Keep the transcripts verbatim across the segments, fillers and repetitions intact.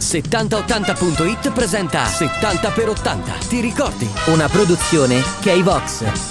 settanta ottanta punto it presenta settanta per ottanta. Ti ricordi? Una produzione K-Vox.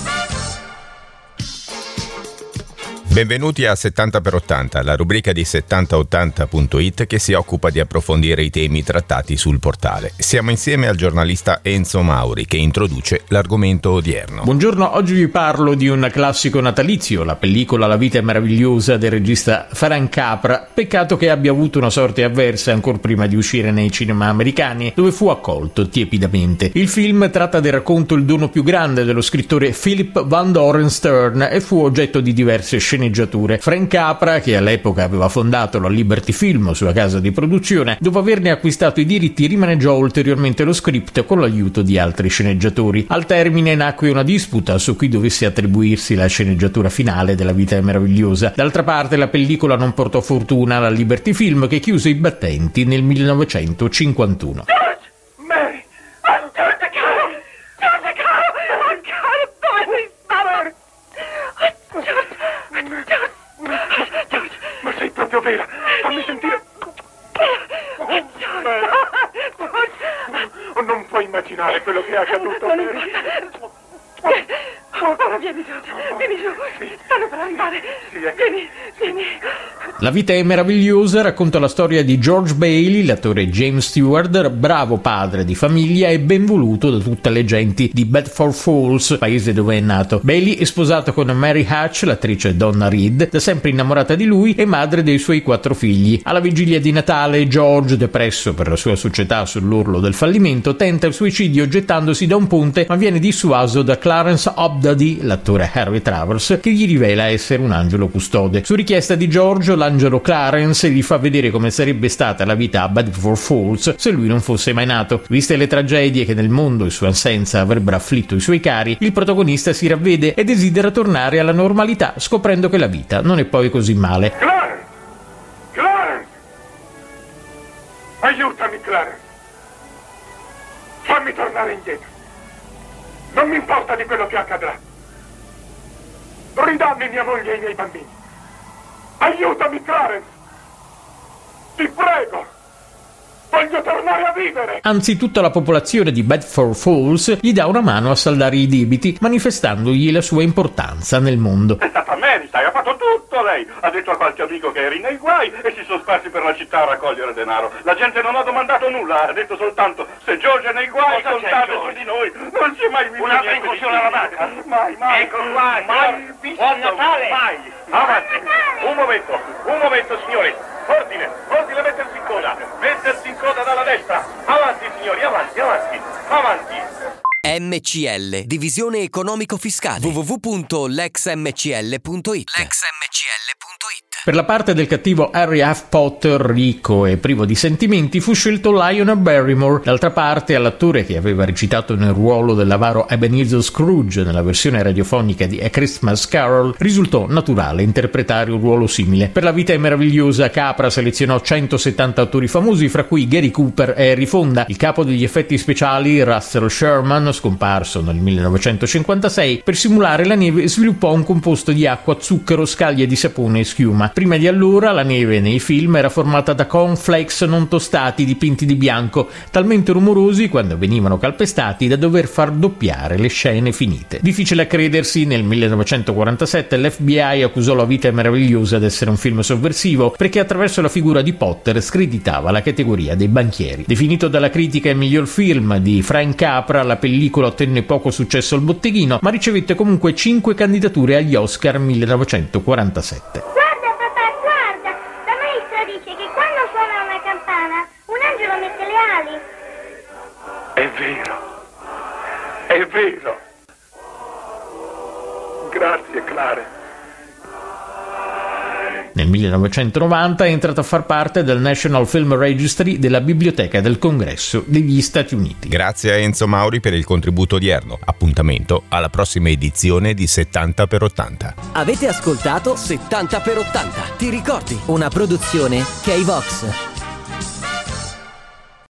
Benvenuti a settanta per ottanta, la rubrica di settanta ottanta punto it che si occupa di approfondire i temi trattati sul portale. Siamo insieme al giornalista Enzo Mauri che introduce l'argomento odierno. Buongiorno, oggi vi parlo di un classico natalizio, la pellicola La vita è meravigliosa del regista Frank Capra. Peccato che abbia avuto una sorte avversa ancora prima di uscire nei cinema americani, dove fu accolto tiepidamente. Il film tratta del racconto Il dono più grande dello scrittore Philip Van Doren Stern e fu oggetto di diverse sceneggiature. Frank Capra, che all'epoca aveva fondato la Liberty Film, sua casa di produzione, dopo averne acquistato i diritti rimaneggiò ulteriormente lo script con l'aiuto di altri sceneggiatori. Al termine nacque una disputa su chi dovesse attribuirsi la sceneggiatura finale della vita è meravigliosa. D'altra parte la pellicola non portò fortuna alla Liberty Film, che chiuse i battenti nel millenovecentocinquantuno. Ma sei proprio vera? Fammi sentire. Oh, non puoi immaginare quello che è accaduto. Oh, vieni Giorgio, vieni giù, stanno per arrivare. Vieni, vieni. La vita è meravigliosa racconta la storia di George Bailey, l'attore James Stewart, bravo padre di famiglia e ben voluto da tutte le genti di Bedford Falls, paese dove è nato. Bailey è sposato con Mary Hatch, l'attrice Donna Reed, da sempre innamorata di lui e madre dei suoi quattro figli. Alla vigilia di Natale, George, depresso per la sua società sull'orlo del fallimento, tenta il suicidio gettandosi da un ponte, ma viene dissuaso da Clarence Obdady, l'attore Harry Travers, che gli rivela essere un angelo custode. Su richiesta di George, l'angelo Clarence gli fa vedere come sarebbe stata la vita a Bedford Falls se lui non fosse mai nato. Viste le tragedie che nel mondo in sua assenza avrebbero afflitto i suoi cari, il protagonista si ravvede e desidera tornare alla normalità, scoprendo che la vita non è poi così male. Clarence! Clarence! Aiutami, Clarence! Fammi tornare indietro! Non mi importa di quello che accadrà! Ridammi mia moglie e i miei bambini! Aiutami, Clarence! Ti prego! Voglio tornare a vivere! Anzi, tutta la popolazione di Bedford Falls gli dà una mano a saldare i debiti, manifestandogli la sua importanza nel mondo. È stata merita, ha fatto tutto lei! Ha detto a qualche amico che eri nei guai e si sono sparsi per la città a raccogliere denaro. La gente non ha domandato nulla, ha detto soltanto: se George è nei guai, contate su di noi! Non si è mai visto un'altra incursione alla banca? Mai, mai! Ecco qua, mai visto! Buon Natale! Mai! Avanti! Un momento, un momento, signori! Ordine, ordine a mettersi in coda! Mettersi in coda dalla destra! Avanti, signori, avanti, avanti, avanti! M C L, Divisione Economico Fiscale. w w w punto lex m c l punto it. lex m c l punto it. Per la parte del cattivo Harry F. Potter, ricco e privo di sentimenti, fu scelto Lionel Barrymore. D'altra parte, all'attore che aveva recitato nel ruolo dell'avaro Ebenezer Scrooge nella versione radiofonica di A Christmas Carol, risultò naturale interpretare un ruolo simile. Per La vita è meravigliosa, Capra selezionò centosettanta attori famosi, fra cui Gary Cooper e Harry Fonda. Il capo degli effetti speciali, Russell Sherman, scomparso nel millenovecentocinquantasei, per simulare la neve sviluppò un composto di acqua, zucchero, scaglie di sapone e schiuma. Prima di allora la neve nei film era formata da cornflakes non tostati dipinti di bianco, talmente rumorosi quando venivano calpestati da dover far doppiare le scene finite. Difficile a credersi, nel millenovecentoquarantasette l'F B I accusò La vita è meravigliosa di essere un film sovversivo perché attraverso la figura di Potter screditava la categoria dei banchieri. Definito dalla critica il miglior film di Frank Capra, la pellicola ottenne poco successo al botteghino, ma ricevette comunque cinque candidature agli Oscar millenovecentoquarantasette. È vero, è vero. Grazie, Clarence. Nel millenovecentonovanta è entrato a far parte del National Film Registry della Biblioteca del Congresso degli Stati Uniti. Grazie a Enzo Mauri per il contributo odierno. Appuntamento alla prossima edizione di settanta per ottanta. Avete ascoltato settanta per ottanta. Ti ricordi? Una produzione K-Vox.